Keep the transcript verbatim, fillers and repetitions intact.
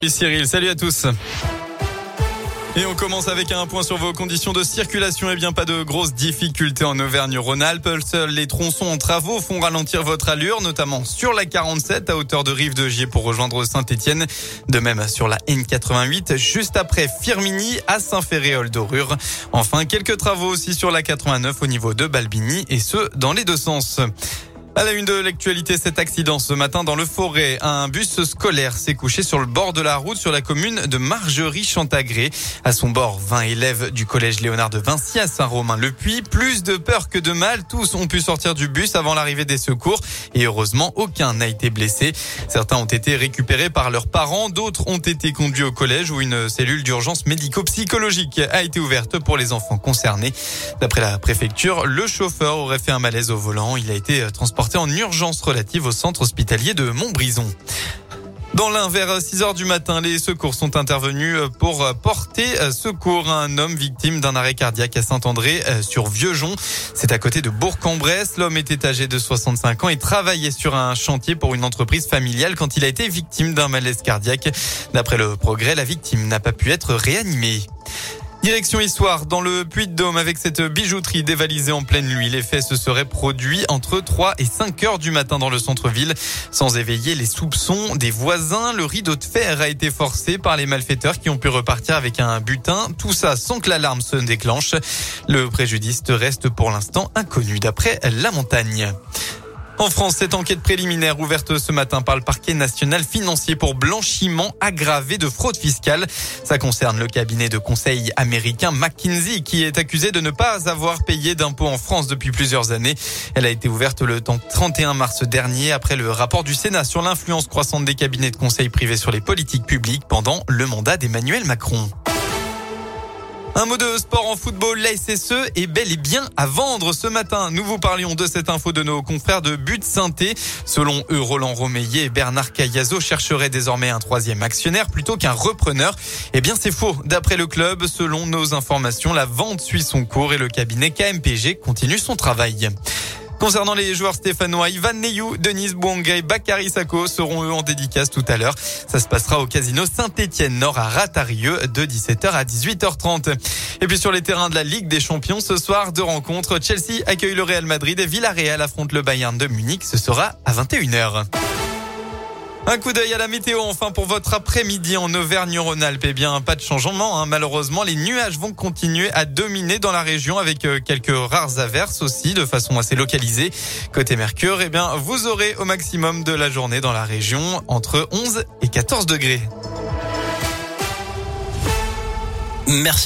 Et Cyril, salut à tous. Et on commence avec un point sur vos conditions de circulation. Eh bien, pas de grosses difficultés en Auvergne-Rhône-Alpes. Seuls les tronçons en travaux font ralentir votre allure, notamment sur la quarante-sept à hauteur de Rive-de-Gier pour rejoindre Saint-Étienne. De même sur la N quatre-vingt-huit, juste après Firminy à Saint-Féréol-d'Aurure. Enfin, quelques travaux aussi sur la quatre-vingt-neuf au niveau de Balbigny et ce, dans les deux sens. À la une de l'actualité, cet accident ce matin dans le Forêt. Un bus scolaire s'est couché sur le bord de la route sur la commune de Margerie-Chantagré. À son bord, vingt élèves du collège Léonard de Vinci à Saint-Romain-le-Puy. Plus de peur que de mal, tous ont pu sortir du bus avant l'arrivée des secours. Et heureusement, aucun n'a été blessé. Certains ont été récupérés par leurs parents. D'autres ont été conduits au collège où une cellule d'urgence médico-psychologique a été ouverte pour les enfants concernés. D'après la préfecture, le chauffeur aurait fait un malaise au volant. Il a été transporté en urgence relative au centre hospitalier de Montbrison. Dans l'Ain, vers six heures du matin, les secours sont intervenus pour porter secours à un homme victime d'un arrêt cardiaque à Saint-André sur Vieuxjon. C'est à côté de Bourg-en-Bresse. L'homme était âgé de soixante-cinq ans et travaillait sur un chantier pour une entreprise familiale quand il a été victime d'un malaise cardiaque. D'après le Progrès, la victime n'a pas pu être réanimée. Direction Issoire, dans le Puy-de-Dôme, avec cette bijouterie dévalisée en pleine nuit. Les faits se seraient produits entre trois et cinq heures du matin dans le centre-ville. Sans éveiller les soupçons des voisins, le rideau de fer a été forcé par les malfaiteurs qui ont pu repartir avec un butin. Tout ça sans que l'alarme se déclenche. Le préjudice reste pour l'instant inconnu d'après La Montagne. En France, cette enquête préliminaire ouverte ce matin par le parquet national financier pour blanchiment aggravé de fraude fiscale. Ça concerne le cabinet de conseil américain McKinsey qui est accusé de ne pas avoir payé d'impôts en France depuis plusieurs années. Elle a été ouverte le trente et un mars dernier après le rapport du Sénat sur l'influence croissante des cabinets de conseil privés sur les politiques publiques pendant le mandat d'Emmanuel Macron. Un mot de sport en football, l'A S S E est bel et bien à vendre ce matin. Nous vous parlions de cette info de nos confrères de But Synthé. Selon eux, Roland Romeillet et Bernard Cayazo chercheraient désormais un troisième actionnaire plutôt qu'un repreneur. Eh bien, c'est faux. D'après le club, selon nos informations, la vente suit son cours et le cabinet K M P G continue son travail. Concernant les joueurs stéphanois, Ivan Neyou, Denis Bouanga et Bakary Sako seront eux en dédicace tout à l'heure. Ça se passera au casino Saint-Étienne Nord à Ratarieux de dix-sept heures à dix-huit heures trente. Et puis sur les terrains de la Ligue des Champions, ce soir, deux rencontres. Chelsea accueille le Real Madrid et Villarreal affronte le Bayern de Munich. Ce sera à vingt et une heures. Un coup d'œil à la météo enfin pour votre après-midi en Auvergne-Rhône-Alpes. Eh bien, pas de changement, hein. Malheureusement, les nuages vont continuer à dominer dans la région avec quelques rares averses aussi de façon assez localisée. Côté Mercure, eh bien, vous aurez au maximum de la journée dans la région entre onze et quatorze degrés. Merci.